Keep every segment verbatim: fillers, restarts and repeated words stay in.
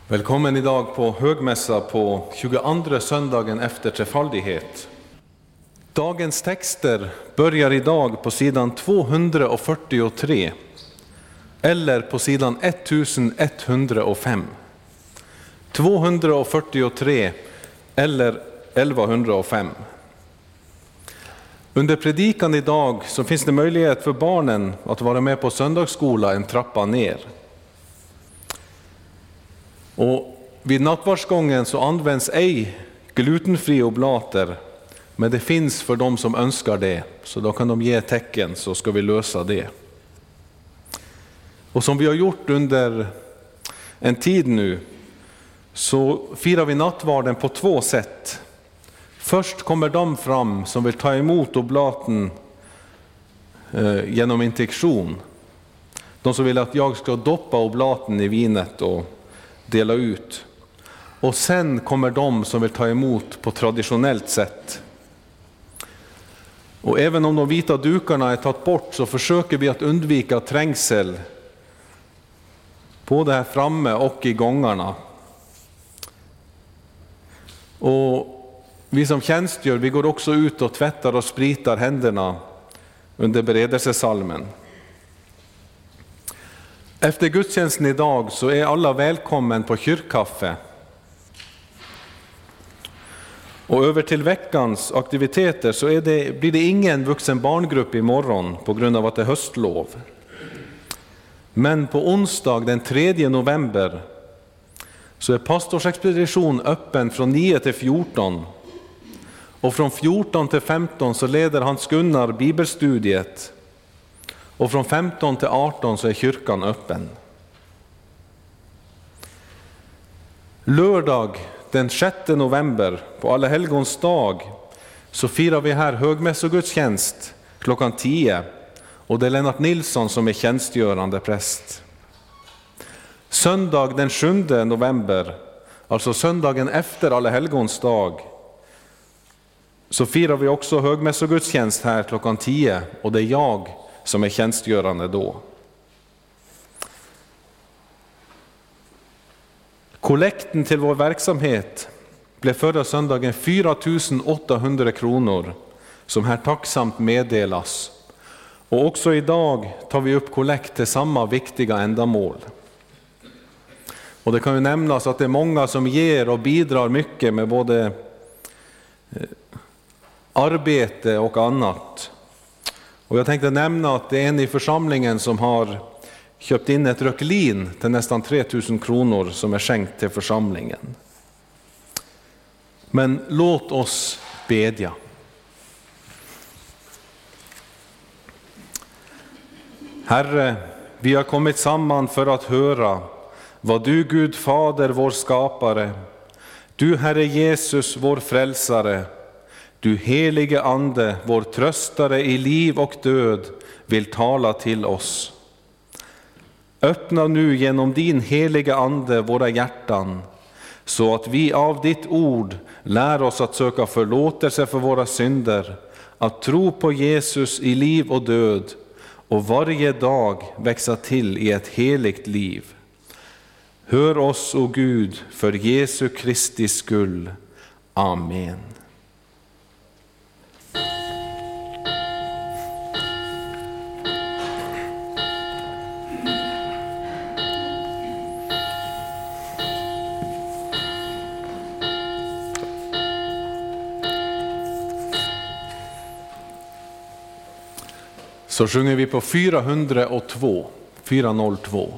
Välkommen idag på högmässa på tjugoandra söndagen efter trefaldighet. Dagens texter börjar idag på sidan tvåhundrafyrtiotre eller på sidan elvaetthundrafem. tvåhundrafyrtiotre eller elvahundrafem. Under predikan idag så finns det möjlighet för barnen att vara med på söndagsskola en trappa ner. Och vid nattvardsgången så används ej glutenfria oblater, men det finns för dem som önskar det, så då kan de ge tecken så ska vi lösa det. Och som vi har gjort under en tid nu så firar vi nattvarden på två sätt. Först kommer de fram som vill ta emot oblaten eh, genom injektion. De som vill att jag ska doppa oblaten i vinet och dela ut. Och sen kommer de som vill ta emot på traditionellt sätt. Och även om de vita dukarna är tagit bort så försöker vi att undvika trängsel både här framme och i gångarna. Och vi som tjänstgör, vi går också ut och tvättar och spritar händerna under beredelsesalmen. Efter gudstjänsten idag så är alla välkommen på kyrkkaffe. Och över till veckans aktiviteter så är det, blir det ingen vuxen barngrupp imorgon på grund av att det är höstlov. Men på onsdag den tredje november så är pastorsexpedition öppen från nio till fjorton. Och från fjorton till femton så leder Hans Gunnar bibelstudiet. Och från femton till arton så är kyrkan öppen. Lördag den sjätte november på Alla helgons dag så firar vi här högmässogudstjänst klockan tio. Och det är Lennart Nilsson som är tjänstgörande präst. Söndag den sjunde november, alltså söndagen efter Alla helgons dag, så firar vi också högmässogudstjänst här klockan tio. Och det är jag som är tjänstgörande då. Kollekten till vår verksamhet blev förra söndagen fyra tusen åttahundra kronor som här tacksamt meddelas. Och också idag tar vi upp kollekt till samma viktiga ändamål. Och det kan ju nämnas att det är många som ger och bidrar mycket med både arbete och annat. Och jag tänkte nämna att det är en i församlingen som har köpt in ett röklin till nästan tre tusen kronor som är skänkt till församlingen. Men låt oss bedja. Herre, vi har kommit samman för att höra vad du, Gud Fader, vår skapare, du Herre Jesus, vår frälsare, du helige Ande, vår tröstare i liv och död, vill tala till oss. Öppna nu genom din heliga Ande våra hjärtan, så att vi av ditt ord lär oss att söka förlåtelse för våra synder, att tro på Jesus i liv och död och varje dag växa till i ett heligt liv. Hör oss, o Gud, för Jesu Kristi skull. Amen. Så sjunger vi på fyrahundratvå, fyrahundratvå.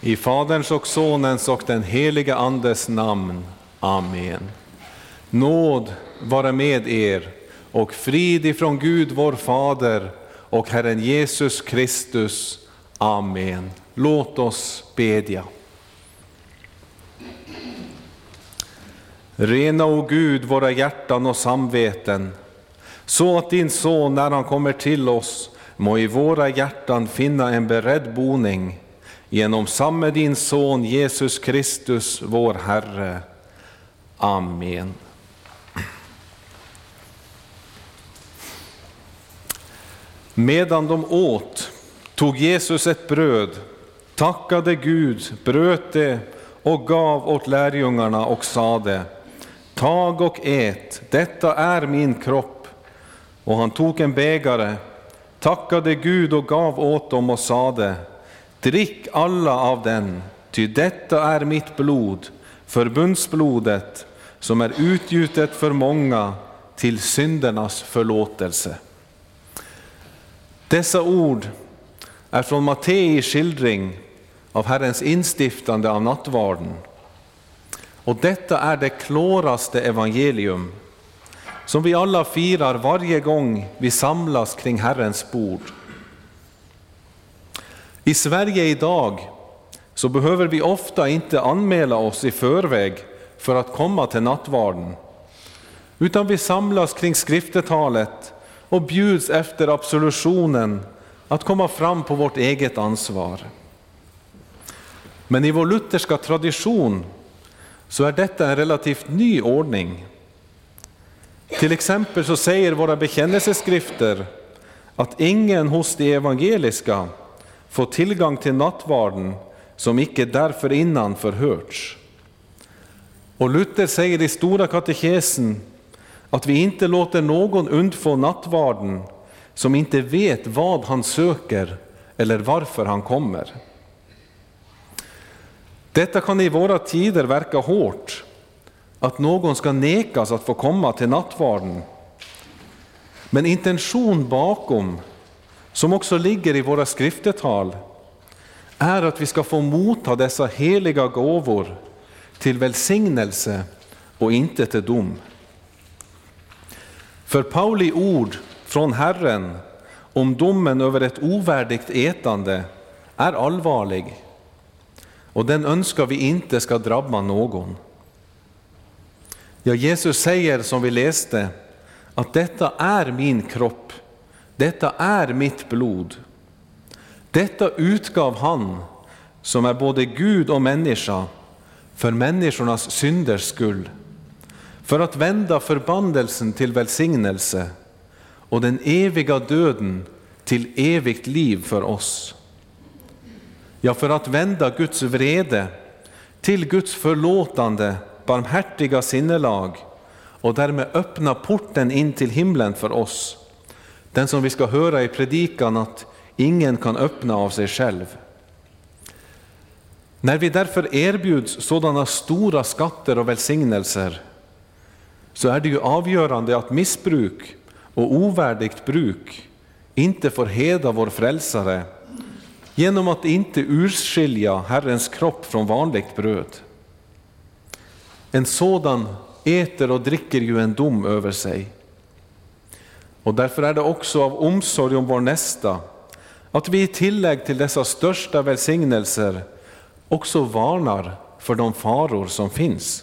I Faderns och Sonens och den heliga Andes namn. Amen. Nåd vara med er och frid ifrån Gud vår Fader och Herren Jesus Kristus. Amen. Låt oss bedja. Rena, o Gud, våra hjärtan och samveten, så att din son, när han kommer till oss, må i våra hjärtan finna en beredd boning, genom samme din son Jesus Kristus, vår Herre. Amen. Medan de åt tog Jesus ett bröd, tackade Gud, bröt det och gav åt lärjungarna och sade: tag och ät, detta är min kropp. Och han tog en bägare, tackade Gud och gav åt dem och sade: drick alla av den, ty detta är mitt blod, förbundsblodet, som är utgjutet för många till syndernas förlåtelse. Dessa ord är från Mattei skildring av Herrens instiftande av nattvarden. Och detta är det klaraste evangelium som vi alla firar varje gång vi samlas kring Herrens bord. I Sverige idag så behöver vi ofta inte anmäla oss i förväg för att komma till nattvarden, utan vi samlas kring skriftetalet och bjuds efter absolutionen att komma fram på vårt eget ansvar. Men i vår lutherska tradition så är detta en relativt ny ordning. Till exempel så säger våra bekännelseskrifter att ingen hos de evangeliska får tillgång till nattvarden som icke därför innan förhörts. Och Luther säger i Stora katekesen att vi inte låter någon undfå nattvarden som inte vet vad han söker eller varför han kommer. Detta kan i våra tider verka hårt, att någon ska nekas att få komma till nattvarden. Men intention bakom, som också ligger i våra skriftetal, är att vi ska få motta dessa heliga gåvor till välsignelse och inte till dom. För Pauli ord från Herren om domen över ett ovärdigt ätande är allvarlig, och den önskar vi inte ska drabba någon. Ja, Jesus säger, som vi läste, att detta är min kropp, detta är mitt blod. Detta utgav han, som är både Gud och människa, för människornas synders skull, för att vända förbannelsen till välsignelse och den eviga döden till evigt liv för oss. Ja, för att vända Guds vrede till Guds förlåtande, barmhärtiga sinnelag och därmed öppna porten in till himlen för oss, den som vi ska höra i predikan att ingen kan öppna av sig själv. När vi därför erbjuds sådana stora skatter och välsignelser, så är det ju avgörande att missbruk och ovärdigt bruk inte får heda vår frälsare genom att inte urskilja Herrens kropp från vanligt bröd. En sådan äter och dricker ju en dom över sig. Och därför är det också av omsorg om vår nästa att vi i tillägg till dessa största välsignelser också varnar för de faror som finns.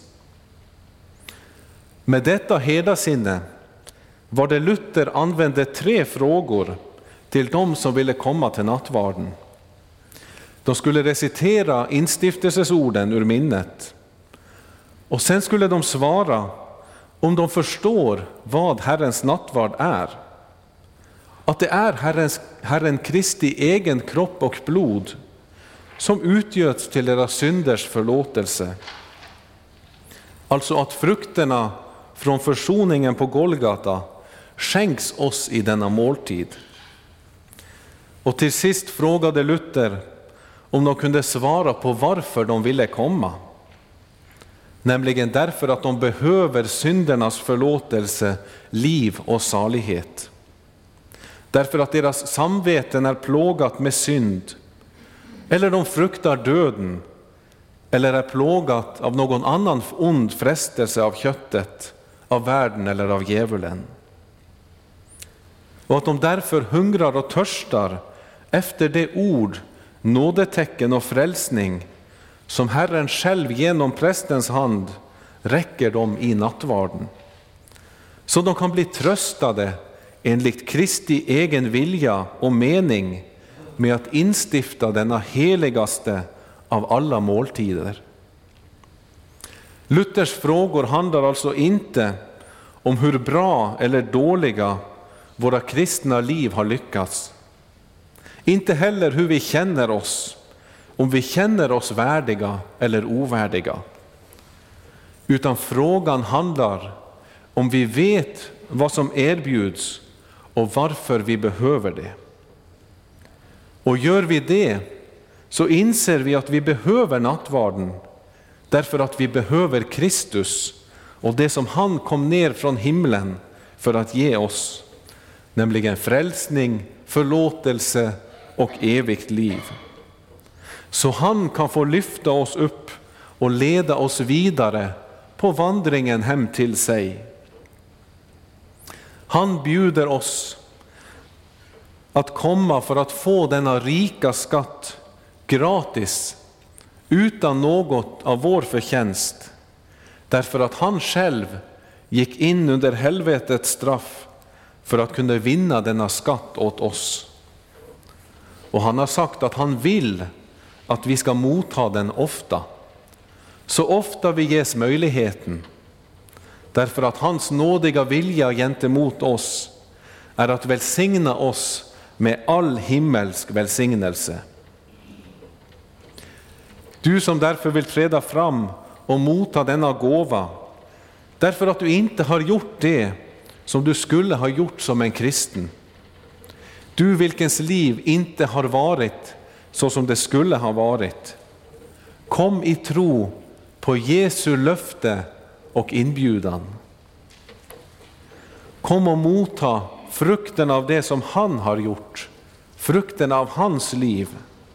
Med detta herdasinne var det Luther använde tre frågor till de som ville komma till nattvarden. De skulle recitera instiftelseorden ur minnet, och sen skulle de svara om de förstår vad Herrens nattvard är. Att det är Herrens, Herren Kristi egen kropp och blod som utgöts till deras synders förlåtelse. Alltså att frukterna från försoningen på Golgata skänks oss i denna måltid. Och till sist frågade Luther om de kunde svara på varför de ville komma. Nämligen därför att de behöver syndernas förlåtelse, liv och salighet. Därför att deras samveten är plågat med synd, eller de fruktar döden, eller är plågat av någon annan ond frestelse av köttet, av världen eller av djävulen. Och att de därför hungrar och törstar efter det ord, nådetecken och frälsning som Herren själv genom prästens hand räcker dem i nattvarden. Så de kan bli tröstade enligt Kristi egen vilja och mening med att instifta denna heligaste av alla måltider. Luthers frågor handlar alltså inte om hur bra eller dåliga våra kristna liv har lyckats. Inte heller hur vi känner oss, om vi känner oss värdiga eller ovärdiga. Utan frågan handlar om vi vet vad som erbjuds och varför vi behöver det. Och gör vi det, så inser vi att vi behöver nattvarden därför att vi behöver Kristus och det som han kom ner från himlen för att ge oss, nämligen frälsning, förlåtelse och evigt liv. Så han kan få lyfta oss upp och leda oss vidare på vandringen hem till sig. Han bjuder oss att komma för att få denna rika skatt gratis, utan något av vår förtjänst, därför att han själv gick in under helvetets straff för att kunna vinna denna skatt åt oss. Och han har sagt att han vill att vi ska motta den ofta, så ofta vi ges möjligheten, därför att hans nådiga vilja gentemot oss är att välsigna oss med all himmelsk välsignelse. Du som därför vill träda fram och motta denna gåva, därför att du inte har gjort det som du skulle ha gjort som en kristen. Du vilkens liv inte har varit så som det skulle ha varit. Kom i tro på Jesu löfte och inbjudan. Kom och motta frukten av det som han har gjort, frukten av hans liv.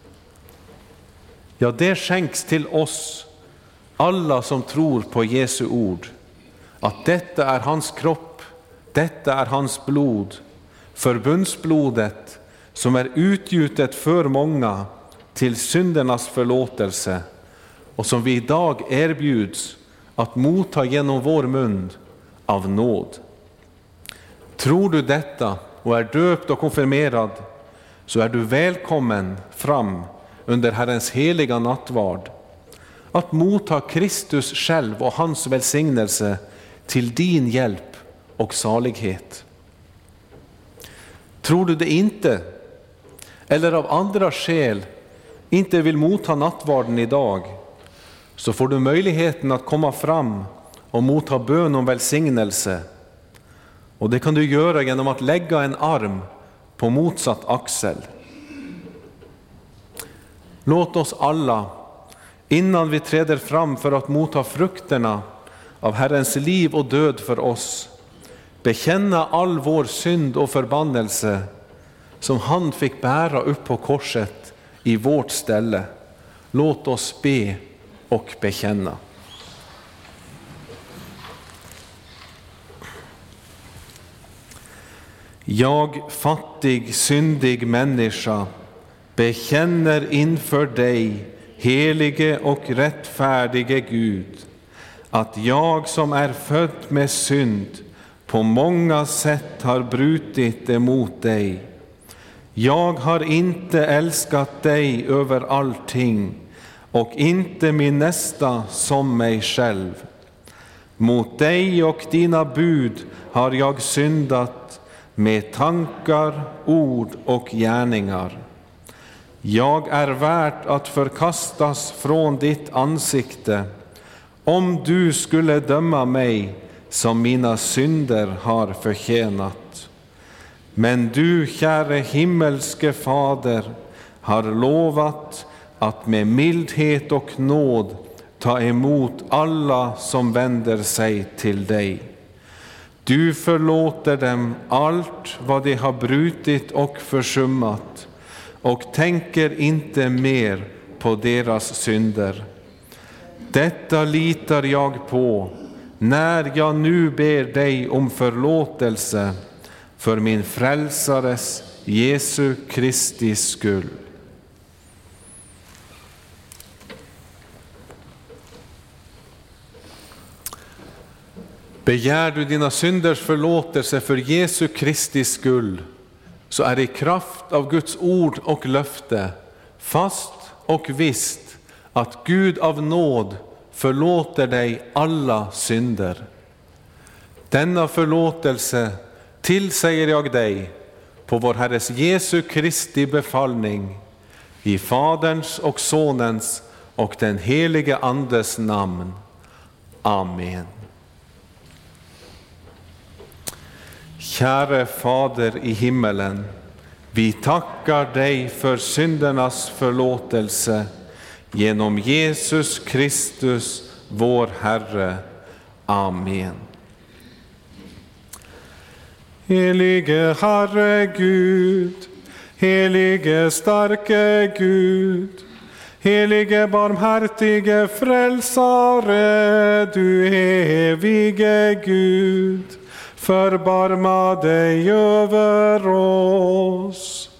Ja, det skänks till oss, alla som tror på Jesu ord, att detta är hans kropp, detta är hans blod, förbundsblodet som är utgjutet för många till syndernas förlåtelse och som vi idag erbjuds att motta genom vår mun av nåd. Tror du detta och är döpt och konfirmerad, så är du välkommen fram under Herrens heliga nattvard att motta Kristus själv och hans välsignelse till din hjälp och salighet. Tror du det inte, eller av andra skäl inte vill motta nattvarden idag, så får du möjligheten att komma fram och motta bön om välsignelse. Och det kan du göra genom att lägga en arm på motsatt axel. Låt oss alla, innan vi träder fram för att motta frukterna av Herrens liv och död för oss, bekänna all vår synd och förbannelse som han fick bära upp på korset i vårt ställe. Låt oss be och bekänna. Jag, fattig, syndig människa, bekänner inför dig, helige och rättfärdige Gud, att jag som är född med synd på många sätt har brutit emot dig. Jag har inte älskat dig över allting och inte min nästa som mig själv. Mot dig och dina bud har jag syndat med tankar, ord och gärningar. Jag är värd att förkastas från ditt ansikte, om du skulle döma mig som mina synder har förtjänat. Men du, käre himmelske Fader, har lovat att med mildhet och nåd ta emot alla som vänder sig till dig. Du förlåter dem allt vad de har brutit och försummat, och tänker inte mer på deras synder. Detta litar jag på när jag nu ber dig om förlåtelse för min frälsares Jesu Kristi skull. Begär du dina synders förlåtelse för Jesu Kristi skull, så är det i kraft av Guds ord och löfte fast och visst att Gud av nåd förlåter dig alla synder. Denna förlåtelse tillsäger jag dig på vår Herres Jesu Kristi befallning, i Faderns och Sonens och den helige Andes namn. Amen. Käre Fader i himmelen, vi tackar dig för syndernas förlåtelse genom Jesus Kristus, vår Herre. Amen. Helige Herre Gud, helige starke Gud, helige barmhärtige frälsare, du evige Gud, förbarma dig över oss.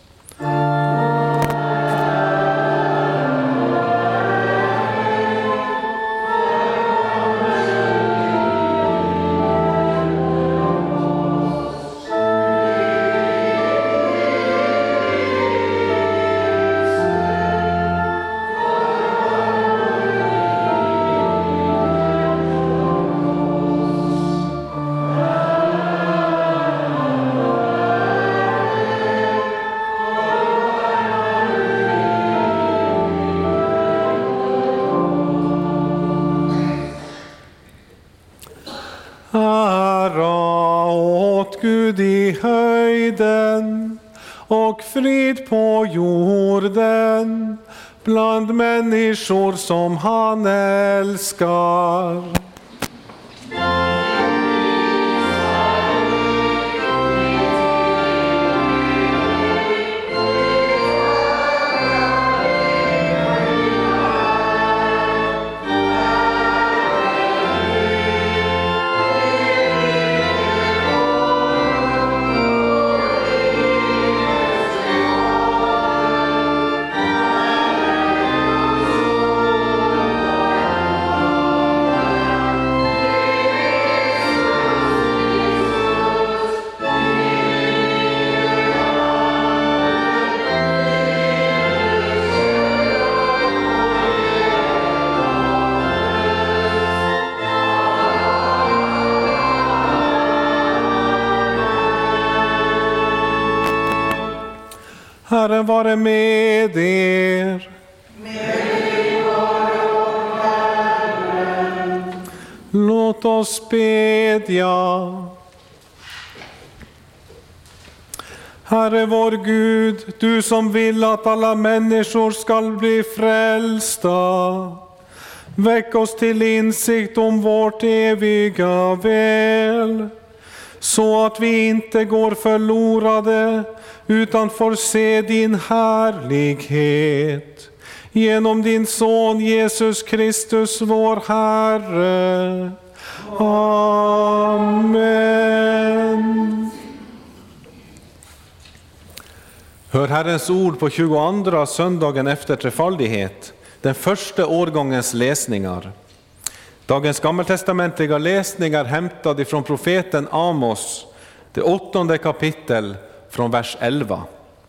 Gud i höjden och frid på jorden bland människor som han älskar. Herren vare med er. Låt oss bedja. Herre vår Gud, du som vill att alla människor skall bli frälsta, väck oss till insikt om vårt eviga väl, så att vi inte går förlorade utan får se din härlighet genom din son Jesus Kristus vår Herre. Amen. Hör Herrens ord på tjugoandra söndagen efter trefaldighet, den första årgångens läsningar. Dagens gammaltestamentliga läsningar hämtade från profeten Amos, det åttonde kapitel, från vers elva.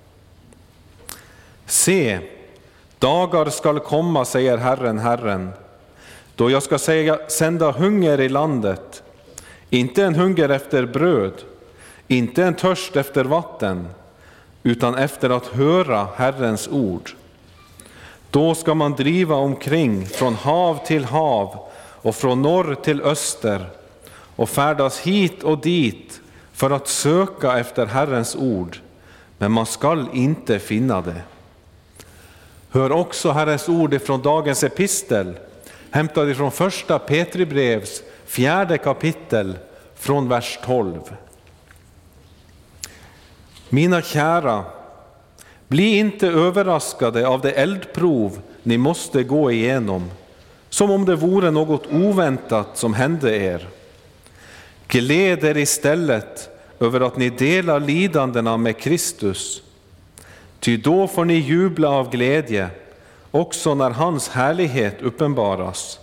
Se, dagar skall komma, säger Herren, Herren, då jag ska säga, sända hunger i landet, inte en hunger efter bröd, inte en törst efter vatten, utan efter att höra Herrens ord. Då ska man driva omkring från hav till hav och från norr till öster och färdas hit och dit för att söka efter Herrens ord, men man skall inte finna det. Hör också Herrens ord ifrån dagens epistel, hämtad ifrån första Petribrevs fjärde kapitel från vers tolv. Mina kära, Bli inte överraskade av det eldprov ni måste gå igenom, som om det vore något oväntat som hände er. Gläd er istället över att ni delar lidandena med Kristus, ty då får ni jubla av glädje, också när hans härlighet uppenbaras.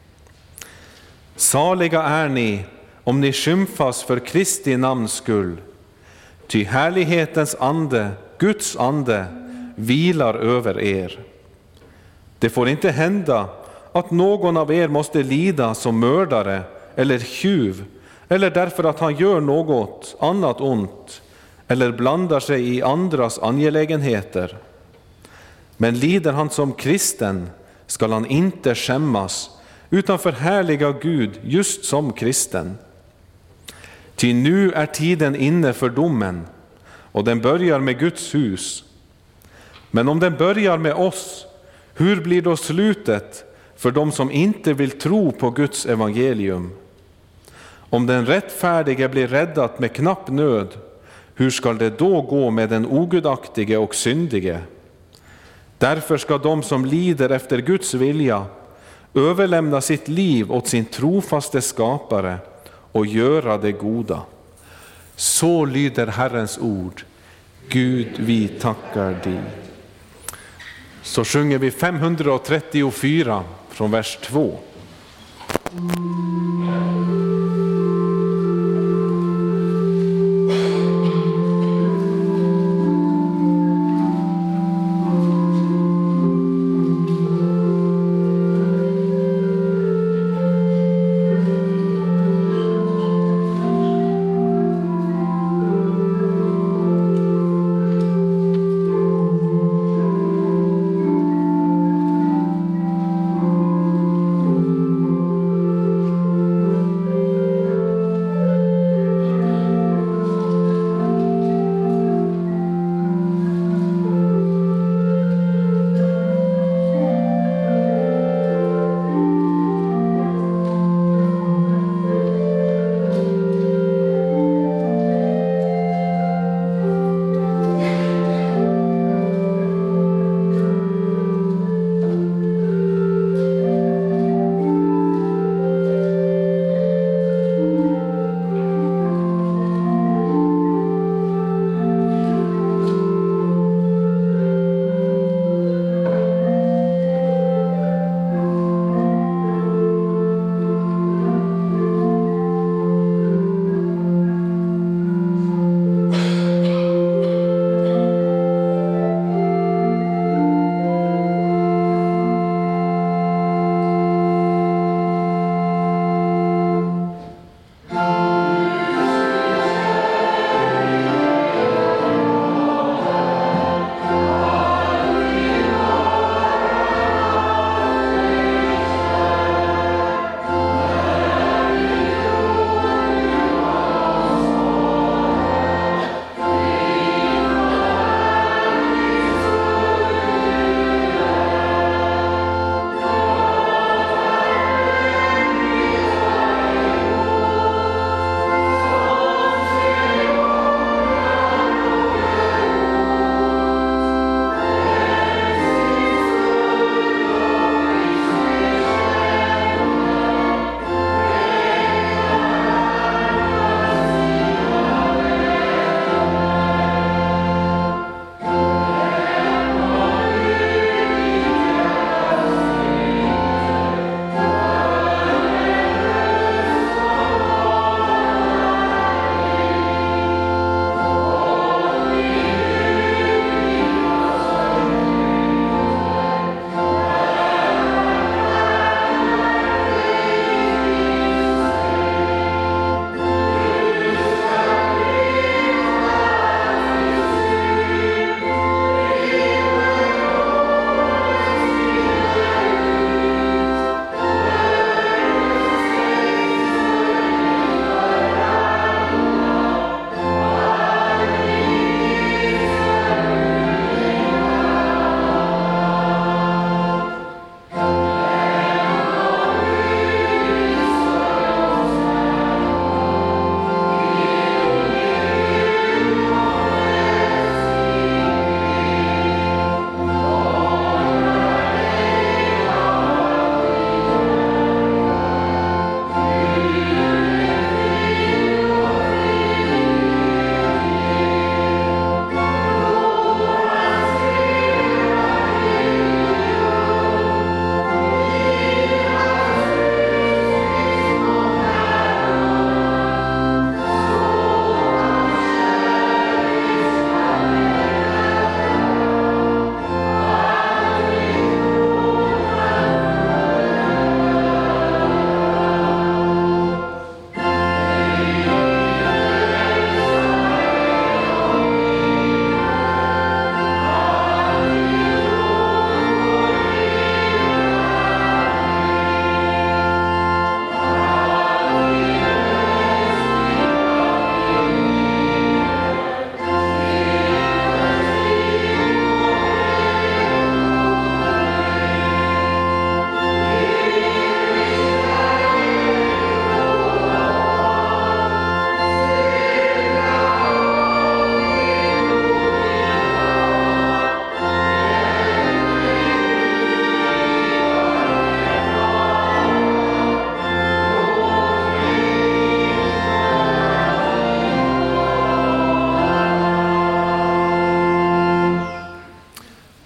Saliga är ni om ni skymfas för Kristi namns skull, ty härlighetens ande, Guds ande, vilar över er. Det får inte hända att någon av er måste lida som mördare eller tjuv, eller därför att han gör något annat ont, eller blandar sig i andras angelägenheter. Men lider han som kristen skall han inte skämmas, utan förhärliga Gud just som kristen. Ty nu är tiden inne för domen, och den börjar med Guds hus. Men om den börjar med oss, hur blir då slutet för dem som inte vill tro på Guds evangelium? Om den rättfärdige blir räddat med knapp nöd, hur skall det då gå med den ogudaktige och syndige? Därför ska de som lider efter Guds vilja överlämna sitt liv åt sin trofaste skapare och göra det goda. Så lyder Herrens ord. Gud, vi tackar dig. Så sjunger vi femhundratrettiofyra från vers två.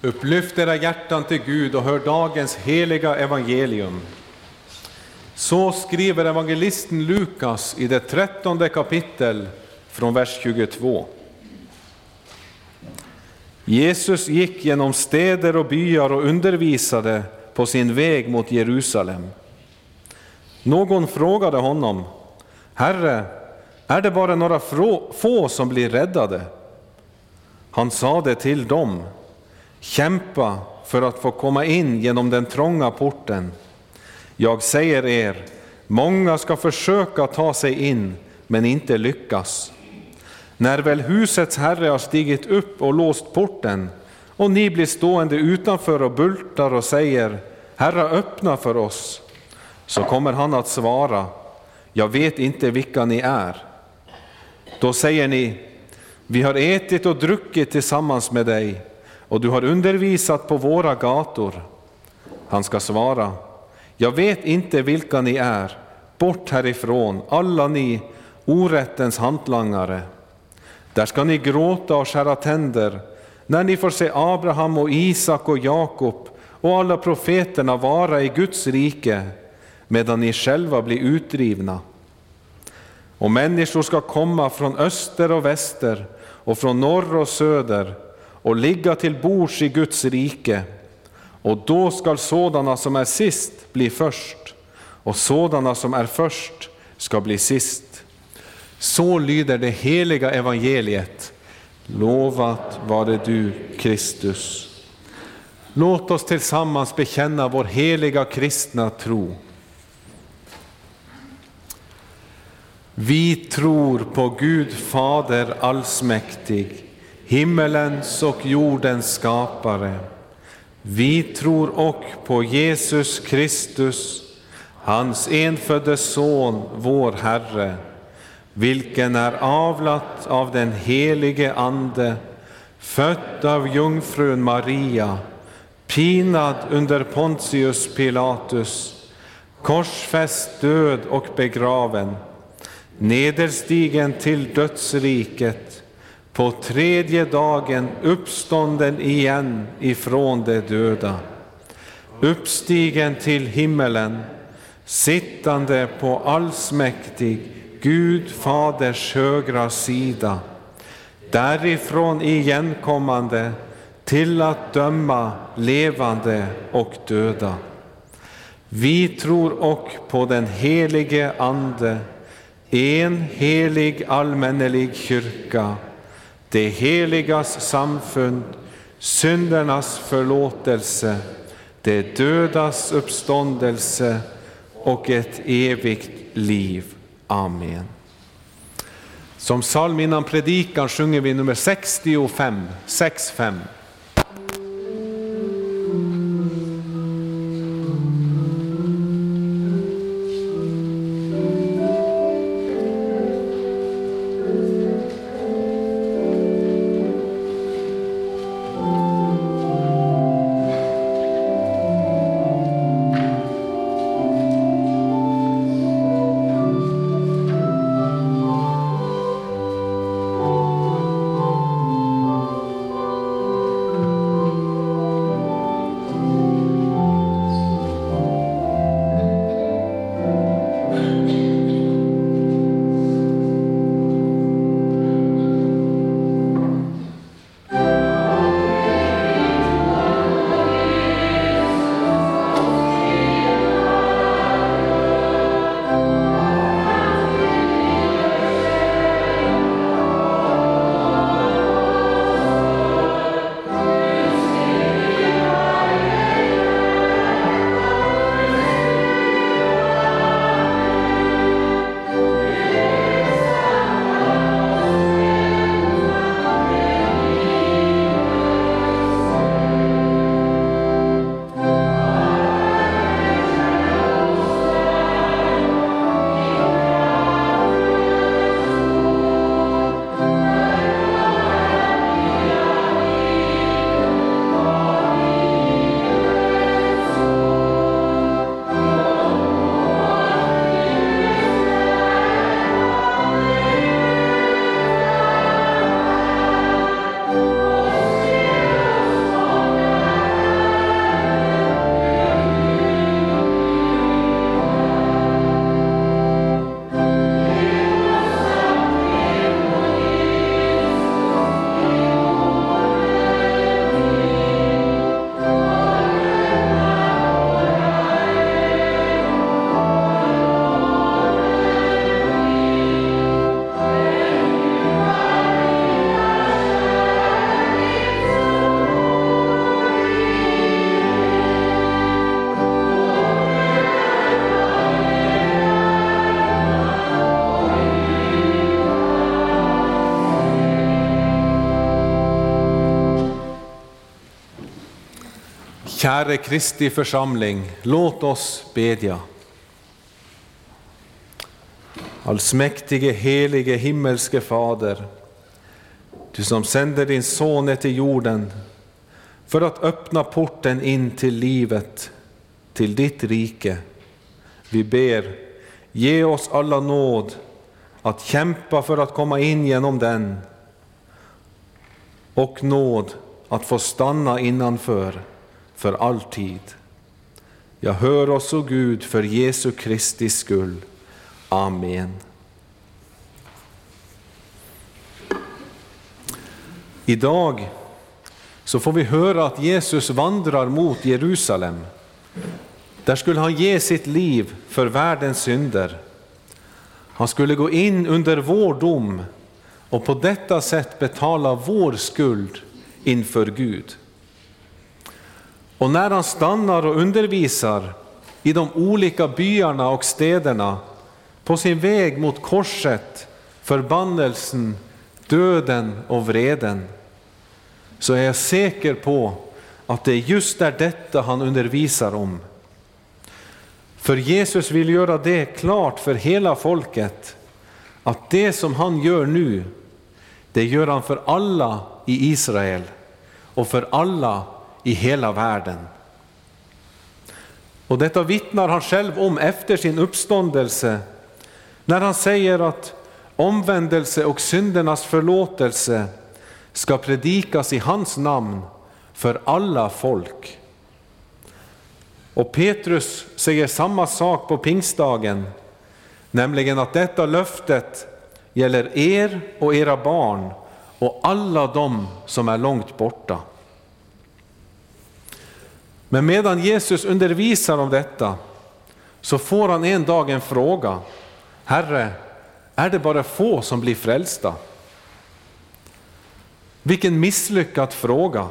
Upplyft era hjärtan till Gud och hör dagens heliga evangelium. Så skriver evangelisten Lukas i det trettonde kapitel från vers tjugotvå. Jesus gick genom städer och byar och undervisade på sin väg mot Jerusalem. Någon frågade honom: Herre, är det bara några få som blir räddade? Han sade till dem: Kämpa för att få komma in genom den trånga porten. Jag säger er, många ska försöka ta sig in, men inte lyckas. När väl husets herre har stigit upp och låst porten, och ni blir stående utanför och bultar och säger: Herre, öppna för oss, så kommer han att svara: Jag vet inte vilka ni är. Då säger ni: Vi har ätit och druckit tillsammans med dig, och du har undervisat på våra gator. Han ska svara: Jag vet inte vilka ni är, bort härifrån, alla ni orättens hantlangare. Där ska ni gråta och skära tänder, när ni får se Abraham och Isak och Jakob och alla profeterna vara i Guds rike, medan ni själva blir utdrivna. Och människor ska komma från öster och väster och från norr och söder och ligga till bords i Guds rike. Och då ska sådana som är sist bli först, och sådana som är först ska bli sist. Så lyder det heliga evangeliet. Lovat vare du, Kristus. Låt oss tillsammans bekänna vår heliga kristna tro. Vi tror på Gud Fader allsmäktig, himmelens och jordens skapare. Vi tror och på Jesus Kristus, hans enfödde son, vår Herre, vilken är avlat av den helige Ande, född av jungfrun Maria, pinad under Pontius Pilatus, korsfäst, död och begraven, nederstigen till dödsriket, på tredje dagen uppstånden igen ifrån de döda, uppstigen till himmelen, sittande på allsmäktig Gud Faders högra sida, därifrån igenkommande till att döma levande och döda. Vi tror och på den helige Ande, en helig allmännelig kyrka, det heligas samfund, syndernas förlåtelse, det dödas uppståndelse och ett evigt liv. Amen. Som psalm innan predikan sjunger vi nummer sextiofem, sextiofem. Käre Kristi församling, låt oss bedja. Allsmäktige, helige, himmelske Fader, du som sänder din son till jorden för att öppna porten in till livet, till ditt rike. Vi ber, ge oss alla nåd att kämpa för att komma in genom den och nåd att få stanna innanför för alltid. Jag hör oss, o Gud, för Jesu Kristi skull. Amen. Idag så får vi höra att Jesus vandrar mot Jerusalem. Där skulle han ge sitt liv för världens synder. Han skulle gå in under vår dom och på detta sätt betala vår skuld inför Gud. Och när han stannar och undervisar i de olika byarna och städerna på sin väg mot korset, förbannelsen, döden och vreden, så är jag säker på att det är just där detta han undervisar om. För Jesus vill göra det klart för hela folket att det som han gör nu, det gör han för alla i Israel och för alla i hela världen. Och detta vittnar han själv om efter sin uppståndelse, när han säger att omvändelse och syndernas förlåtelse ska predikas i hans namn för alla folk. Och Petrus säger samma sak på pingstdagen, nämligen att detta löftet gäller er och era barn och alla de som är långt borta. Men medan Jesus undervisar om detta så får han en dag en fråga: Herre, är det bara få som blir frälsta? Vilken misslyckad fråga!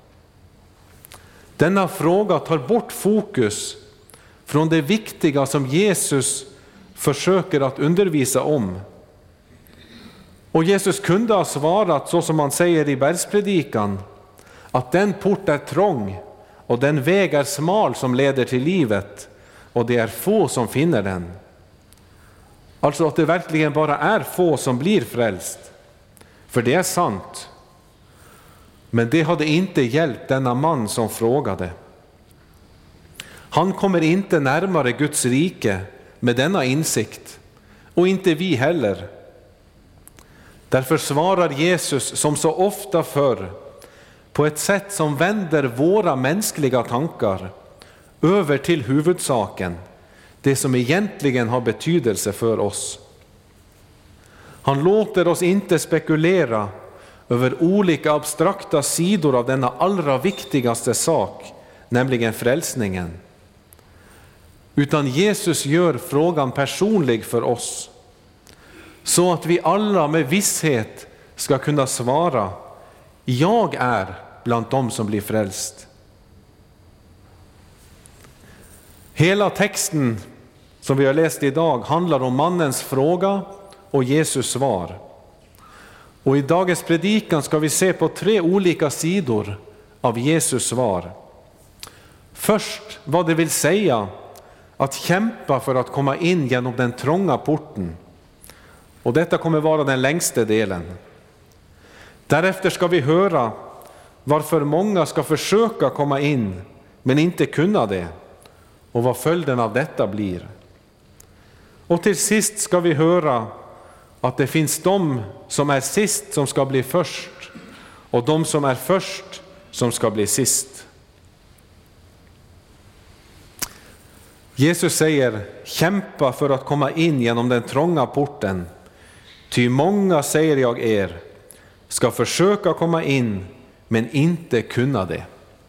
Denna fråga tar bort fokus från det viktiga som Jesus försöker att undervisa om. Och Jesus kunde ha svarat så som han säger i bergspredikan, att den port är trång och den väg är smal som leder till livet, och det är få som finner den. Alltså att det verkligen bara är få som blir frälst. För det är sant. Men det hade inte hjälpt denna man som frågade. Han kommer inte närmare Guds rike med denna insikt, och inte vi heller. Därför svarar Jesus som så ofta förr på ett sätt som vänder våra mänskliga tankar över till huvudsaken, det som egentligen har betydelse för oss. Han låter oss inte spekulera över olika abstrakta sidor av denna allra viktigaste sak, nämligen frälsningen. Utan Jesus gör frågan personlig för oss, så att vi alla med visshet ska kunna svara: jag är bland dem som blir frälst. Hela texten som vi har läst idag handlar om mannens fråga och Jesus svar. Och i dagens predikan ska vi se på tre olika sidor av Jesus svar. Först vad det vill säga att kämpa för att komma in genom den trånga porten. Och detta kommer vara den längsta delen. Därefter ska vi höra varför många ska försöka komma in men inte kunna det, och vad följden av detta blir. Och till sist ska vi höra att det finns de som är sist som ska bli först, och de som är först som ska bli sist. Jesus säger: kämpa för att komma in genom den trånga porten. Ty många, säger jag er, ska försöka komma in men inte kunna det.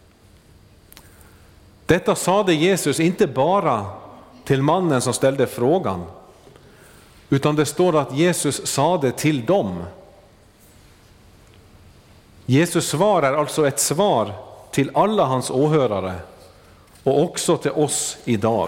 Detta sade Jesus inte bara till mannen som ställde frågan, utan det står att Jesus sa det till dem. Jesus svar är alltså ett svar till alla hans åhörare och också till oss idag.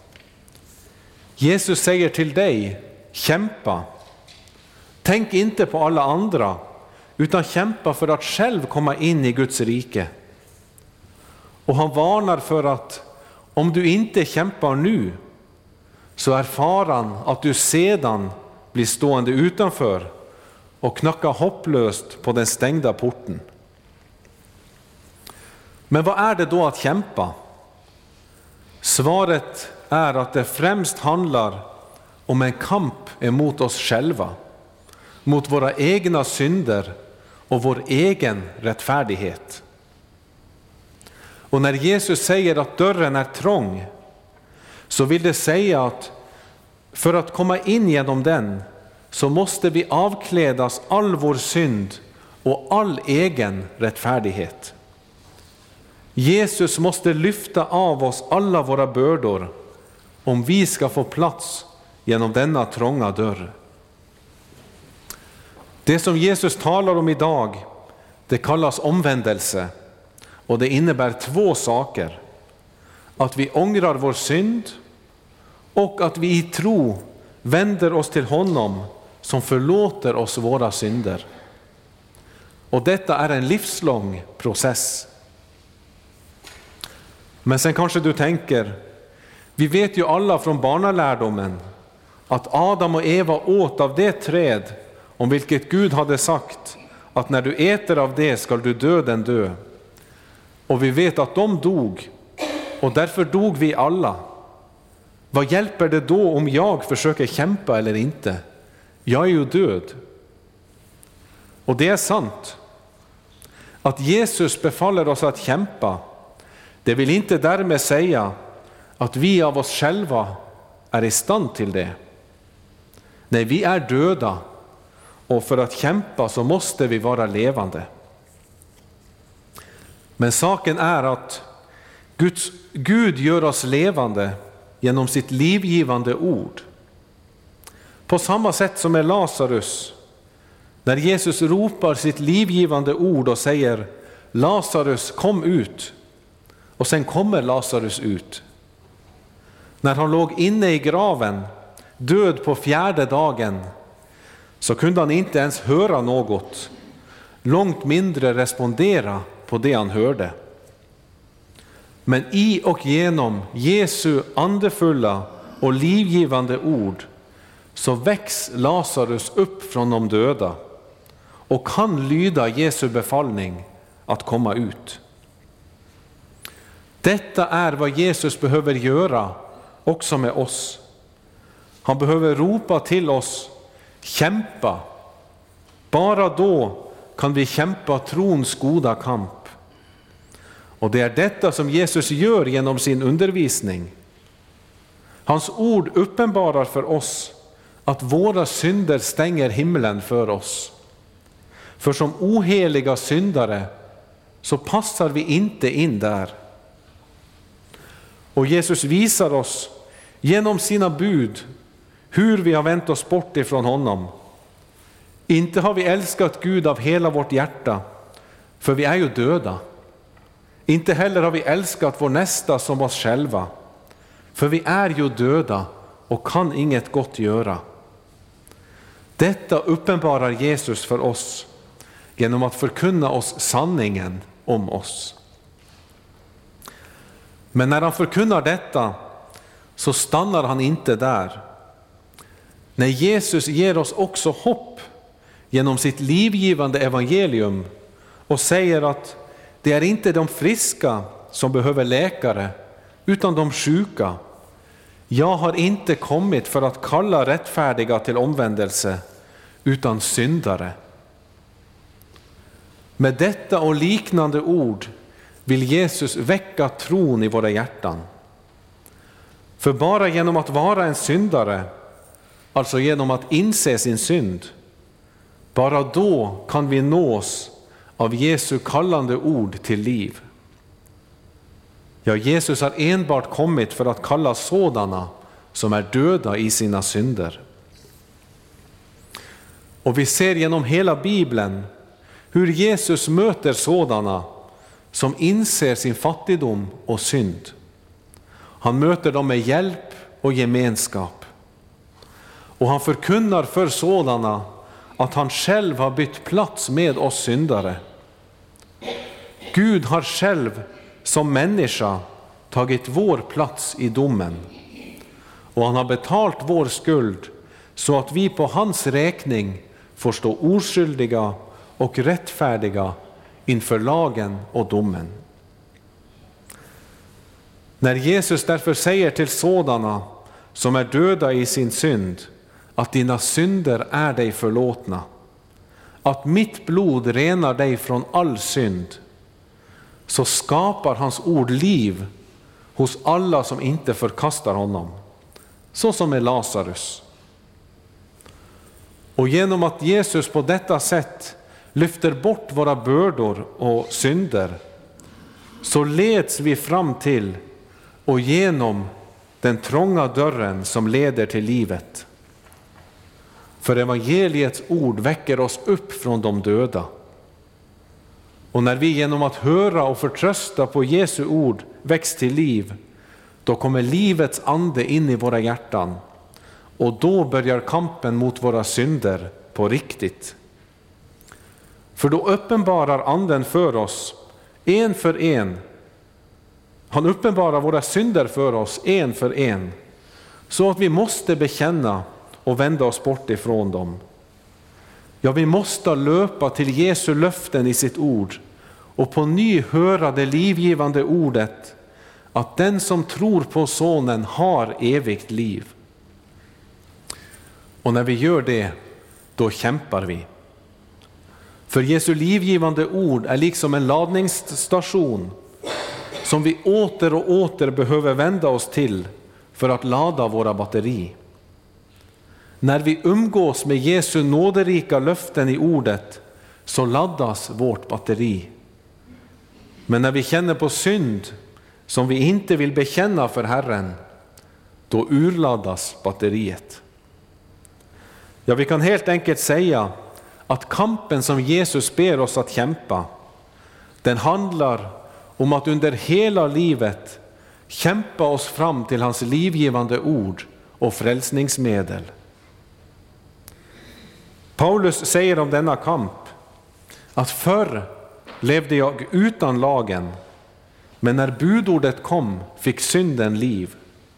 Jesus säger till dig: kämpa. Tänk inte på alla andra, utan kämpa för att själv komma in i Guds rike. Och han varnar för att om du inte kämpar nu så är faran att du sedan blir stående utanför och knackar hopplöst på den stängda porten. Men vad är det då att kämpa? Svaret är att det främst handlar om en kamp emot oss själva, mot våra egna synder och vår egen rättfärdighet. Och när Jesus säger att dörren är trång, så vill det säga att för att komma in genom den så måste vi avklädas all vår synd och all egen rättfärdighet. Jesus måste lyfta av oss alla våra bördor om vi ska få plats genom denna trånga dörr. Det som Jesus talar om idag, det kallas omvändelse, och det innebär två saker: att vi ångrar vår synd och att vi i tro vänder oss till honom som förlåter oss våra synder. Och detta är en livslång process. Men sen kanske du tänker, vi vet ju alla från barnalärdomen att Adam och Eva åt av det träd om vilket Gud hade sagt att när du äter av det ska du döden dö. Och vi vet att de dog, och därför dog vi alla. Vad hjälper det då om jag försöker kämpa eller inte? Jag är ju död. Och det är sant. Att Jesus befaller oss att kämpa, det vill inte därmed säga att vi av oss själva är i stand till det. Nej, vi är döda, och för att kämpa så måste vi vara levande. Men saken är att Guds, Gud gör oss levande genom sitt livgivande ord. På samma sätt som med Lazarus, när Jesus ropar sitt livgivande ord och säger Lazarus, kom ut. Och sen kommer Lazarus ut. När han låg inne i graven, död på fjärde dagen, så kunde han inte ens höra något, långt mindre respondera på det han hörde. Men i och genom Jesu andefulla och livgivande ord så väcks Lazarus upp från de döda och kan lyda Jesu befallning att komma ut. Detta är vad Jesus behöver göra också med oss. Han behöver ropa till oss, kämpa. Bara då kan vi kämpa trons goda kamp. Och det är detta som Jesus gör genom sin undervisning. Hans ord uppenbarar för oss att våra synder stänger himlen för oss. För som oheliga syndare så passar vi inte in där. Och Jesus visar oss genom sina bud hur vi har vänt oss bort ifrån honom. Inte har vi älskat Gud av hela vårt hjärta, för vi är ju döda. Inte heller har vi älskat vår nästa som oss själva, för vi är ju döda och kan inget gott göra. Detta uppenbarar Jesus för oss genom att förkunna oss sanningen om oss. Men när han förkunnar detta så stannar han inte där. När Jesus ger oss också hopp genom sitt livgivande evangelium och säger att det är inte de friska som behöver läkare utan de sjuka. Jag har inte kommit för att kalla rättfärdiga till omvändelse utan syndare. Med detta och liknande ord vill Jesus väcka tron i våra hjärtan. För bara genom att vara en syndare, alltså genom att inse sin synd, bara då kan vi nås av Jesu kallande ord till liv. Ja, Jesus har enbart kommit för att kalla sådana som är döda i sina synder. Och vi ser genom hela Bibeln hur Jesus möter sådana som inser sin fattigdom och synd. Han möter dem med hjälp och gemenskap. Och han förkunnar för sådana att han själv har bytt plats med oss syndare. Gud har själv som människa tagit vår plats i domen. Och han har betalt vår skuld så att vi på hans räkning får stå oskyldiga och rättfärdiga inför lagen och domen. När Jesus därför säger till sådana som är döda i sin synd att dina synder är dig förlåtna, att mitt blod renar dig från all synd, så skapar hans ord liv hos alla som inte förkastar honom, så som med Lazarus. Och genom att Jesus på detta sätt lyfter bort våra bördor och synder, så leds vi fram till och genom den trånga dörren som leder till livet. För evangeliets ord väcker oss upp från de döda. Och när vi genom att höra och förtrösta på Jesu ord väcks till liv, då kommer livets ande in i våra hjärtan. Och då börjar kampen mot våra synder på riktigt. För då uppenbarar anden för oss, en för en. Han uppenbarar våra synder för oss, en för en. Så att vi måste bekänna och vända oss bort ifrån dem. Ja, vi måste löpa till Jesu löften i sitt ord och på ny höra det livgivande ordet att den som tror på sonen har evigt liv. Och när vi gör det, då kämpar vi. För Jesu livgivande ord är liksom en laddningsstation som vi åter och åter behöver vända oss till för att ladda våra batteri. När vi umgås med Jesu nåderika löften i ordet, så laddas vårt batteri. Men när vi känner på synd som vi inte vill bekänna för Herren, då urladdas batteriet. Ja, vi kan helt enkelt säga att kampen som Jesus ber oss att kämpa, den handlar om att under hela livet kämpa oss fram till hans livgivande ord och frälsningsmedel. Paulus säger om denna kamp att förr levde jag utan lagen, men när budordet kom fick synden liv.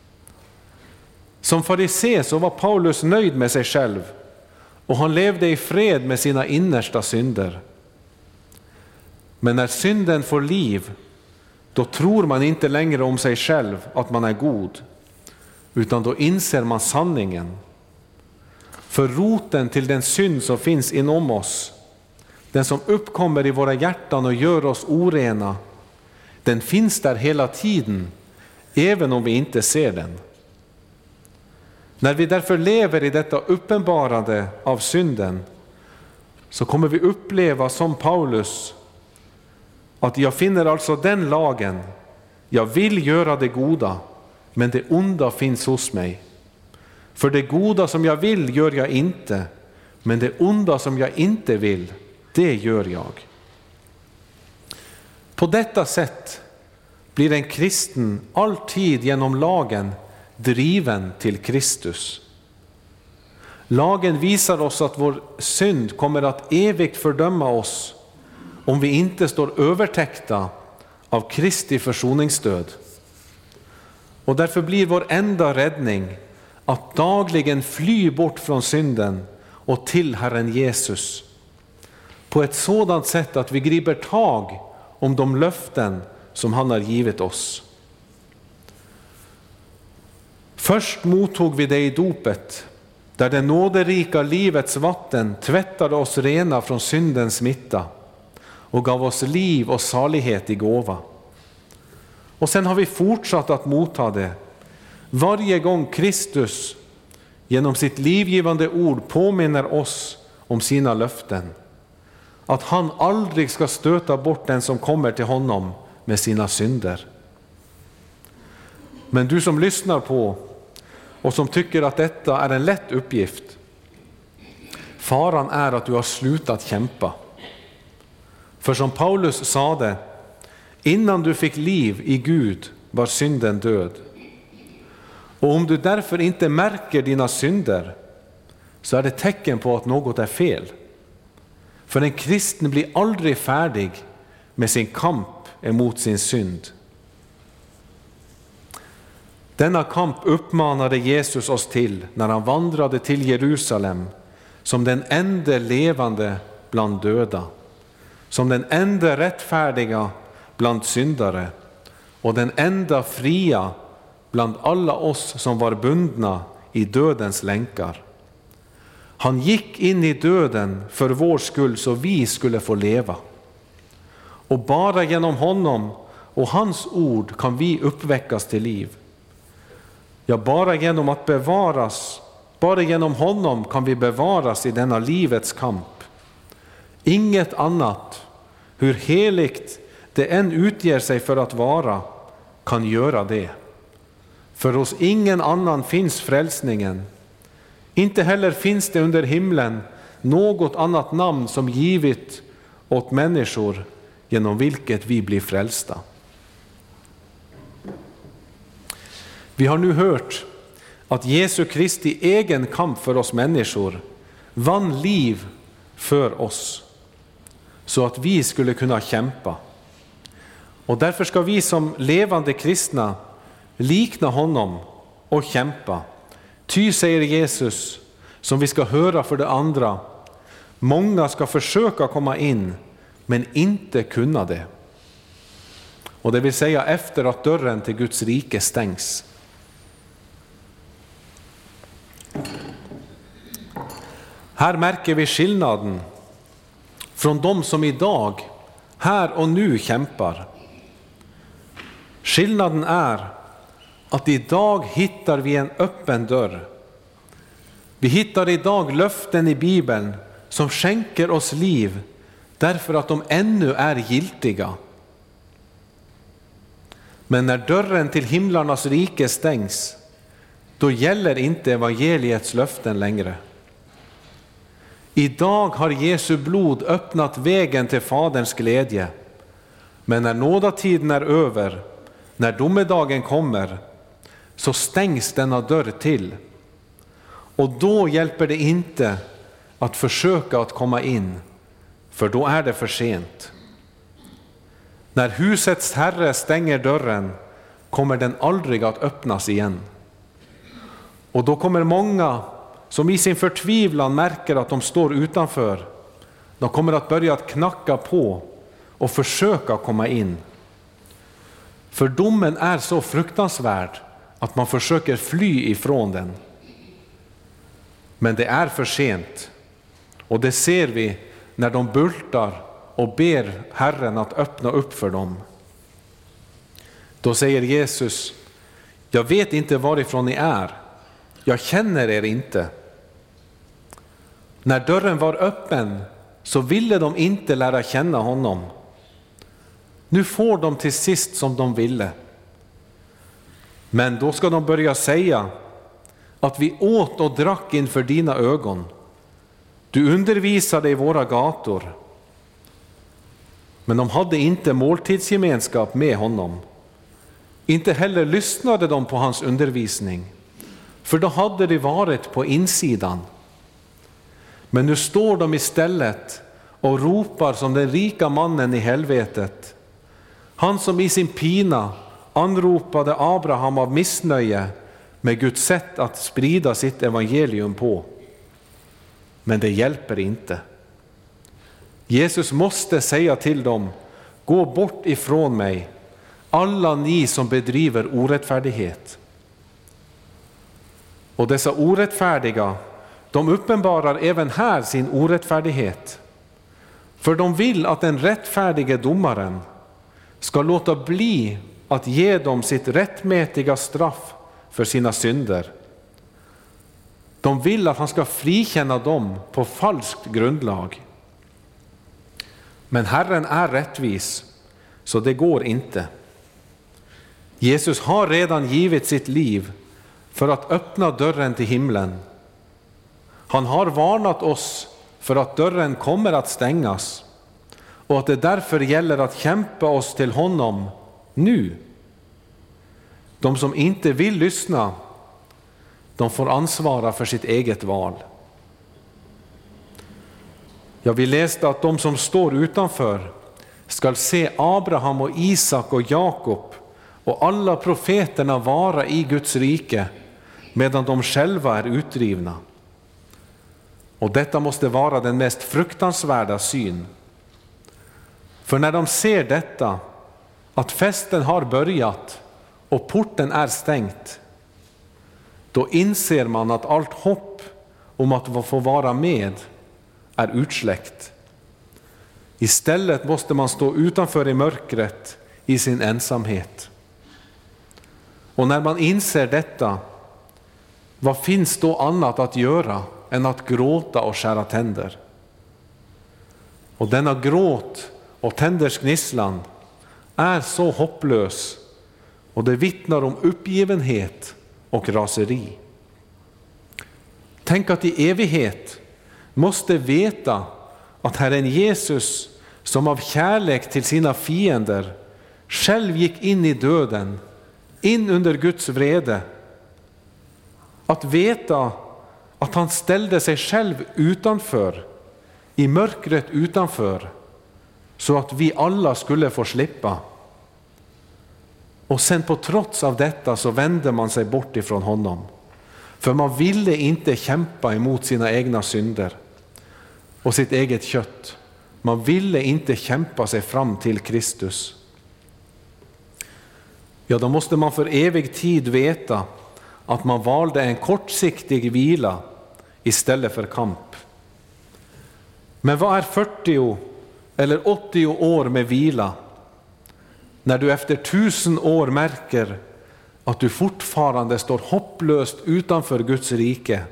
Som farisé så var Paulus nöjd med sig själv och han levde i fred med sina innersta synder. Men när synden får liv, då tror man inte längre om sig själv att man är god, utan då inser man sanningen. För roten till den synd som finns inom oss, den som uppkommer i våra hjärtan och gör oss orena, den finns där hela tiden, även om vi inte ser den. När vi därför lever i detta uppenbarande av synden, så kommer vi uppleva som Paulus att jag finner alltså den lagen, jag vill göra det goda, men det onda finns hos mig. För det goda som jag vill gör jag inte, men det onda som jag inte vill, det gör jag. På detta sätt blir en kristen alltid genom lagen driven till Kristus. Lagen visar oss att vår synd kommer att evigt fördöma oss om vi inte står övertäckta av Kristi försoningsstöd. Och därför blir vår enda räddning att dagligen fly bort från synden och till Herren Jesus. På ett sådant sätt att vi griper tag om de löften som han har givit oss. Först mottog vi det i dopet, där det nåderika livets vatten tvättade oss rena från syndens smitta och gav oss liv och salighet i gåva. Och sen har vi fortsatt att motta det varje gång Kristus genom sitt livgivande ord påminner oss om sina löften. Att han aldrig ska stöta bort den som kommer till honom med sina synder. Men du som lyssnar på och som tycker att detta är en lätt uppgift, faran är att du har slutat kämpa. För som Paulus sade, innan du fick liv i Gud var synden död. Och om du därför inte märker dina synder, så är det tecken på att något är fel. För en kristen blir aldrig färdig med sin kamp emot sin synd. Denna kamp uppmanade Jesus oss till när han vandrade till Jerusalem som den enda levande bland döda, som den enda rättfärdiga bland syndare och den enda fria bland alla oss som var bundna i dödens länkar. Han gick in i döden för vår skull så vi skulle få leva. Och bara genom honom och hans ord kan vi uppväckas till liv. Ja, bara genom att bevaras, bara genom honom kan vi bevaras i denna livets kamp. Inget annat, hur heligt det än utger sig för att vara, kan göra det. För hos ingen annan finns frälsningen. Inte heller finns det under himlen något annat namn som givit åt människor genom vilket vi blir frälsta. Vi har nu hört att Jesu Kristi egen kamp för oss människor vann liv för oss så att vi skulle kunna kämpa. Och därför ska vi som levande kristna likna honom och kämpa. Ty, säger Jesus, som vi ska höra för det andra, många ska försöka komma in men inte kunna det. Och det vill säga efter att dörren till Guds rike stängs. Här märker vi skillnaden från de som idag, här och nu kämpar. Skillnaden är att idag hittar vi en öppen dörr. Vi hittar idag löften i Bibeln som skänker oss liv därför att de ännu är giltiga. Men när dörren till himlarnas rike stängs, då gäller inte evangeliets löften längre. Idag har Jesu blod öppnat vägen till Faderns glädje. Men när nådatiden är över, när domedagen kommer, så stängs denna dörr till. Och då hjälper det inte att försöka att komma in, för då är det för sent. När husets herre stänger dörren kommer den aldrig att öppnas igen. Och då kommer många som i sin förtvivlan märker att de står utanför, de kommer att börja att knacka på och försöka komma in. För domen är så fruktansvärd att man försöker fly ifrån den. Men det är för sent. Och det ser vi när de bultar och ber Herren att öppna upp för dem. Då säger Jesus: jag vet inte varifrån ni är. Jag känner er inte. När dörren var öppen så ville de inte lära känna honom. Nu får de till sist som de ville. Men då ska de börja säga att vi åt och drack inför dina ögon. Du undervisade i våra gator. Men de hade inte måltidsgemenskap med honom. Inte heller lyssnade de på hans undervisning. För då hade de varit på insidan. Men nu står de istället och ropar som den rika mannen i helvetet. Han som i sin pina anropade Abraham av missnöje med Guds sätt att sprida sitt evangelium på. Men det hjälper inte. Jesus måste säga till dem: gå bort ifrån mig, alla ni som bedriver orättfärdighet. Och dessa orättfärdiga, de uppenbarar även här sin orättfärdighet. För de vill att den rättfärdige domaren ska låta bli att ge dem sitt rättmätiga straff för sina synder. De vill att han ska frikänna dem på falskt grundlag. Men Herren är rättvis, så det går inte. Jesus har redan givit sitt liv för att öppna dörren till himlen. Han har varnat oss för att dörren kommer att stängas och att det därför gäller att kämpa oss till honom nu. De som inte vill lyssna, de får ansvara för sitt eget val. Ja, vi läste att de som står utanför ska se Abraham och Isak och Jakob och alla profeterna vara i Guds rike medan de själva är utdrivna. Och detta måste vara den mest fruktansvärda syn. För när de ser detta, att festen har börjat och porten är stängt, då inser man att allt hopp om att få vara med är utsläckt. Istället måste man stå utanför i mörkret i sin ensamhet. Och när man inser detta, vad finns då annat att göra än att gråta och skära tänder? Och denna gråt och tänders gnisslan är så hopplös, och det vittnar om uppgivenhet och raseri. Tänk att i evighet måste veta att Herren Jesus, som av kärlek till sina fiender själv gick in i döden, in under Guds vrede. Att veta att han ställde sig själv utanför, i mörkret utanför, så att vi alla skulle få slippa. Och sen på trots av detta så vände man sig bort ifrån honom. För man ville inte kämpa emot sina egna synder och sitt eget kött. Man ville inte kämpa sig fram till Kristus. Ja, då måste man för evig tid veta att man valde en kortsiktig vila istället för kamp. Men vad är fyrtio eller åttio år med vila när du efter tusen år märker att du fortfarande står hopplöst utanför Guds rike?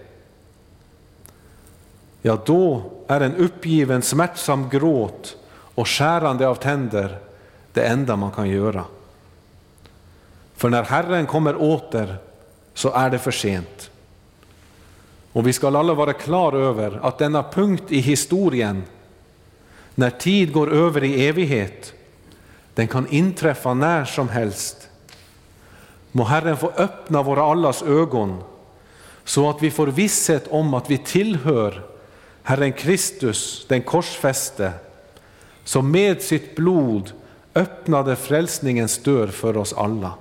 Ja, då är en uppgiven smärtsam gråt och skärande av tänder det enda man kan göra. För när Herren kommer åter så är det för sent. Och vi ska alla vara klar över att denna punkt i historien, när tid går över i evighet, den kan inträffa när som helst. Må Herren få öppna våra allas ögon så att vi får visshet om att vi tillhör Herren Kristus, den korsfäste, som med sitt blod öppnade frälsningens dörr för oss alla.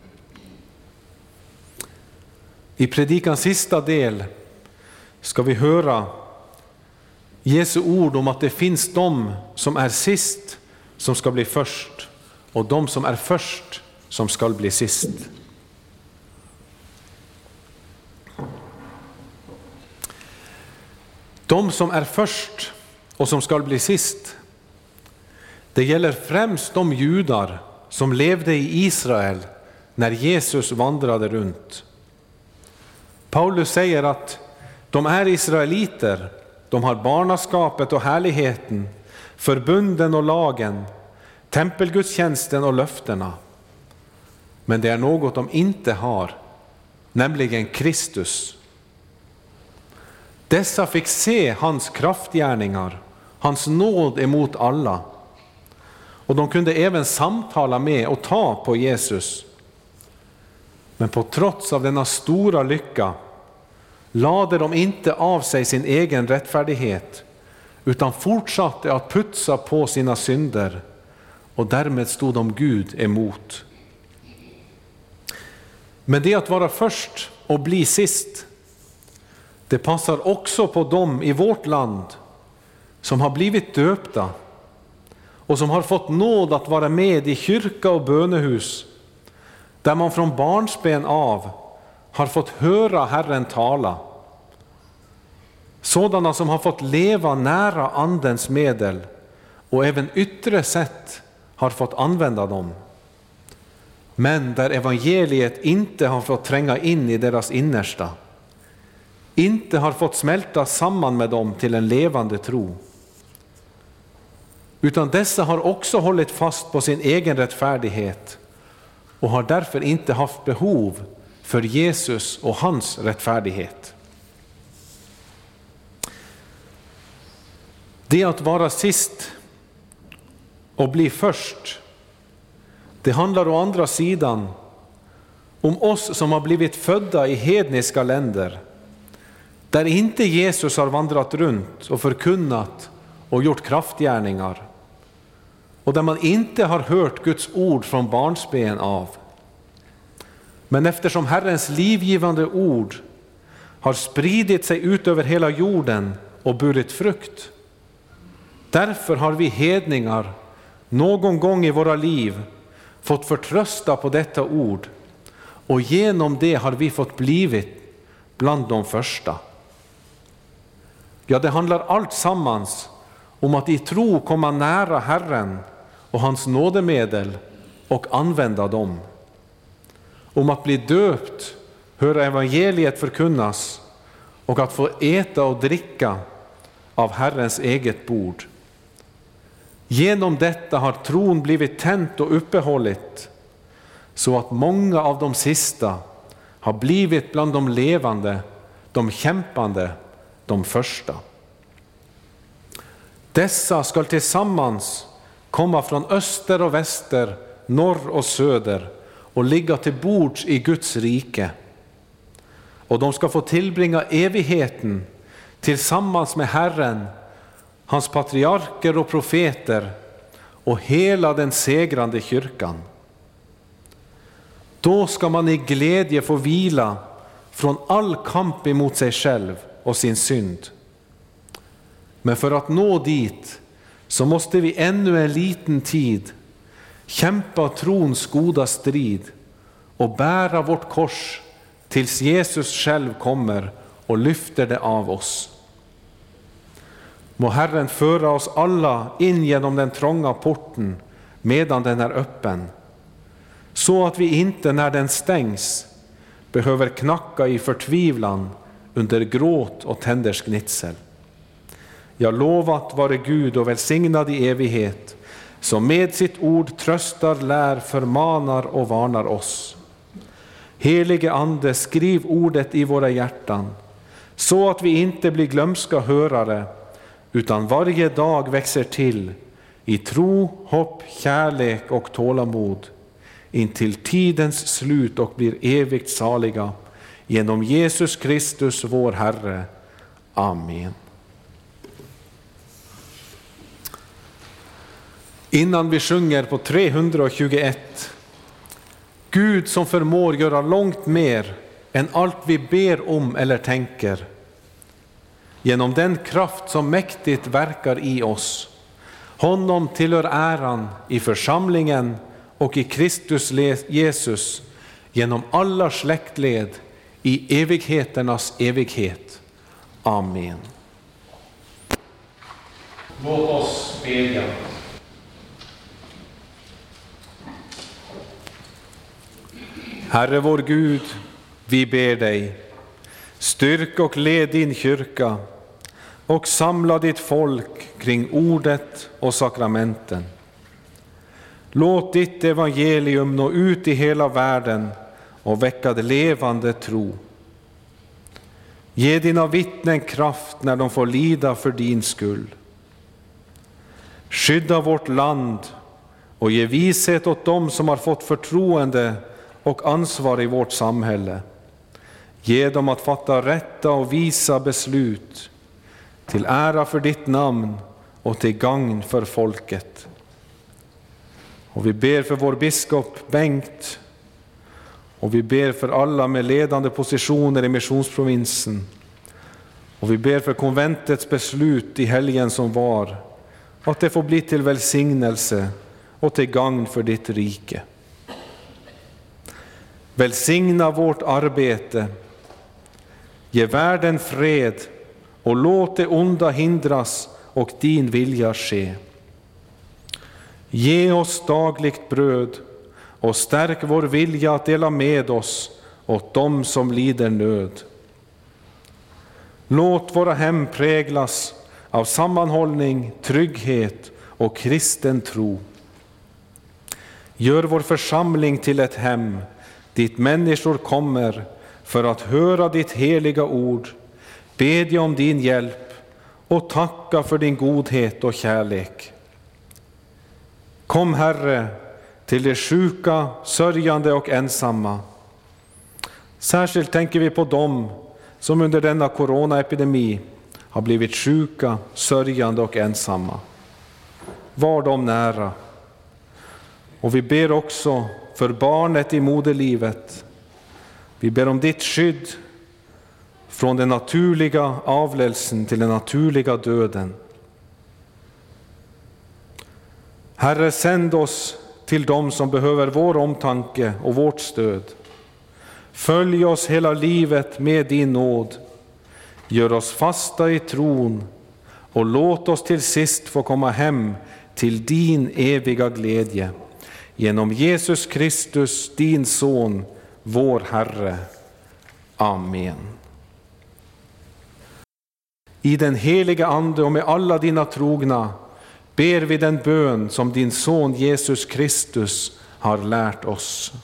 I predikans sista del ska vi höra Jesu ord om att det finns de som är sist som ska bli först, och de som är först som ska bli sist. De som är först och som ska bli sist, det gäller främst de judar som levde i Israel när Jesus vandrade runt. Paulus säger att de är israeliter, de har barnaskapet och härligheten, förbunden och lagen, tempelgudstjänsten och löftena. Men det är något de inte har, nämligen Kristus. Dessa fick se hans kraftgärningar, hans nåd emot alla. Och de kunde även samtala med och ta på Jesus. Men på trots av denna stora lycka lade de inte av sig sin egen rättfärdighet, utan fortsatte att putsa på sina synder, och därmed stod de Gud emot. Men det att vara först och bli sist, det passar också på dem i vårt land som har blivit döpta och som har fått nåd att vara med i kyrka och bönehus, där man från barnsben av har fått höra Herren tala. Sådana som har fått leva nära andens medel och även yttre sett har fått använda dem. Men där evangeliet inte har fått tränga in i deras innersta, inte har fått smälta samman med dem till en levande tro. Utan dessa har också hållit fast på sin egen rättfärdighet och har därför inte haft behov för Jesus och hans rättfärdighet. Det att vara sist och bli först, det handlar å andra sidan om oss som har blivit födda i hedniska länder, där inte Jesus har vandrat runt och förkunnat och gjort kraftgärningar, och där man inte har hört Guds ord från barnsben av. Men eftersom Herrens livgivande ord har spridit sig ut över hela jorden och burit frukt, därför har vi hedningar någon gång i våra liv fått förtrösta på detta ord, och genom det har vi fått blivit bland de första. Ja, det handlar allt sammans om att i tro komma nära Herren och hans nådemedel och använda dem. Om att bli döpt, höra evangeliet förkunnas och att få äta och dricka av Herrens eget bord. Genom detta har tron blivit tänt och uppehållit, så att många av de sista har blivit bland de levande, de kämpande, de första. Dessa ska tillsammans komma från öster och väster, norr och söder och ligga till bords i Guds rike. Och de ska få tillbringa evigheten tillsammans med Herren, hans patriarker och profeter och hela den segrande kyrkan. Då ska man i glädje få vila från all kamp emot sig själv och sin synd. Men för att nå dit så måste vi ännu en liten tid kämpa trons goda strid och bära vårt kors tills Jesus själv kommer och lyfter det av oss. Må Herren föra oss alla in genom den trånga porten medan den är öppen, så att vi inte när den stängs behöver knacka i förtvivlan under gråt och tänders gnitsel. Jag lovat vare Gud och välsignad i evighet, som med sitt ord tröstar, lär, förmanar och varnar oss. Helige Ande, skriv ordet i våra hjärtan, så att vi inte blir glömska hörare, utan varje dag växer till i tro, hopp, kärlek och tålamod, intill tidens slut och blir evigt saliga. Genom Jesus Kristus, vår Herre. Amen. Innan vi sjunger på trehundratjugoett, Gud som förmår göra långt mer än allt vi ber om eller tänker, genom den kraft som mäktigt verkar i oss. Honom tillhör äran i församlingen och i Kristus Jesus genom alla släktled i evigheternas evighet. Amen. Låt oss bedja. Herre vår Gud, vi ber dig, styrk och led din kyrka och samla ditt folk kring ordet och sakramenten. Låt ditt evangelium nå ut i hela världen och väcka levande tro. Ge dina vittnen kraft när de får lida för din skull. Skydda vårt land och ge vishet åt dem som har fått förtroende och ansvar i vårt samhälle. Ge dem att fatta rätta och visa beslut till ära för ditt namn och till gagn för folket. Och vi ber för vår biskop Bengt, och vi ber för alla med ledande positioner i missionsprovinsen, och vi ber för konventets beslut i helgen som var, att det får bli till välsignelse och till gagn för ditt rike. Välsigna vårt arbete, ge världen fred och låt det onda hindras och din vilja ske. Ge oss dagligt bröd och stärk vår vilja att dela med oss åt dem som lider nöd. Låt våra hem präglas av sammanhållning, trygghet och kristen tro. Gör vår församling till ett hem dit människor kommer för att höra ditt heliga ord, bedja om din hjälp och tacka för din godhet och kärlek. Kom, Herre, till de sjuka, sörjande och ensamma. Särskilt tänker vi på dem som under denna coronaepidemi har blivit sjuka, sörjande och ensamma. Var dem nära. Och vi ber också för barnet i moderlivet, Vi ber om ditt skydd från den naturliga avlelsen till den naturliga döden. Herre, sänd oss till dem som behöver vår omtanke och vårt stöd. Följ oss hela livet med din nåd. Gör oss fasta i tron och låt oss till sist få komma hem till din eviga glädje. Genom Jesus Kristus, din son, vår Herre. Amen. I den heliga Ande och med alla dina trogna ber vi den bön som din son Jesus Kristus har lärt oss.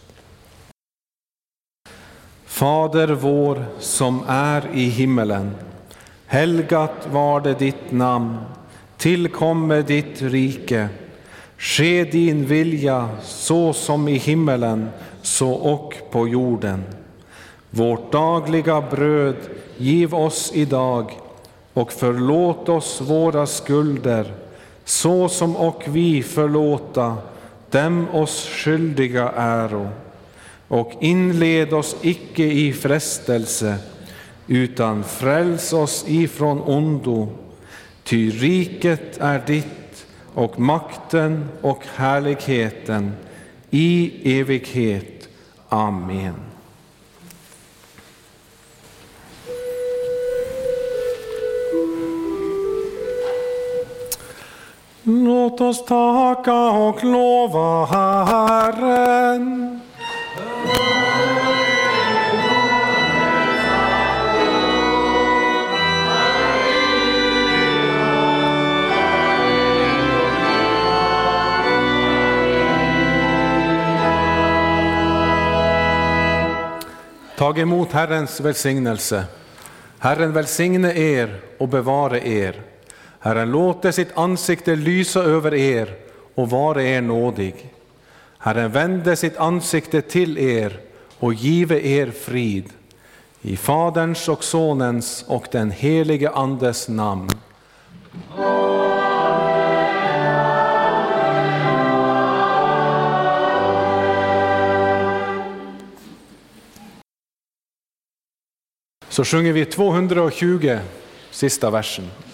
Fader vår som är i himmelen, helgat var det ditt namn, tillkomme ditt rike. Ske din vilja så som i himmelen, så och på jorden. Vårt dagliga bröd giv oss idag och förlåt oss våra skulder, så som och vi förlåta dem oss skyldiga äro. Och inled oss icke i frestelse, utan fräls oss ifrån ondo. Ty riket är ditt, och makten och härligheten i evighet. Amen. Låt oss tacka och lova Herren. Tag emot Herrens välsignelse. Herren välsigne er och bevare er. Herren låter sitt ansikte lysa över er och vare er nådig. Herren vände sitt ansikte till er och give er frid. I Faderns och Sonens och den helige Andes namn. Så sjunger vi tvåhundratjugo, sista versen.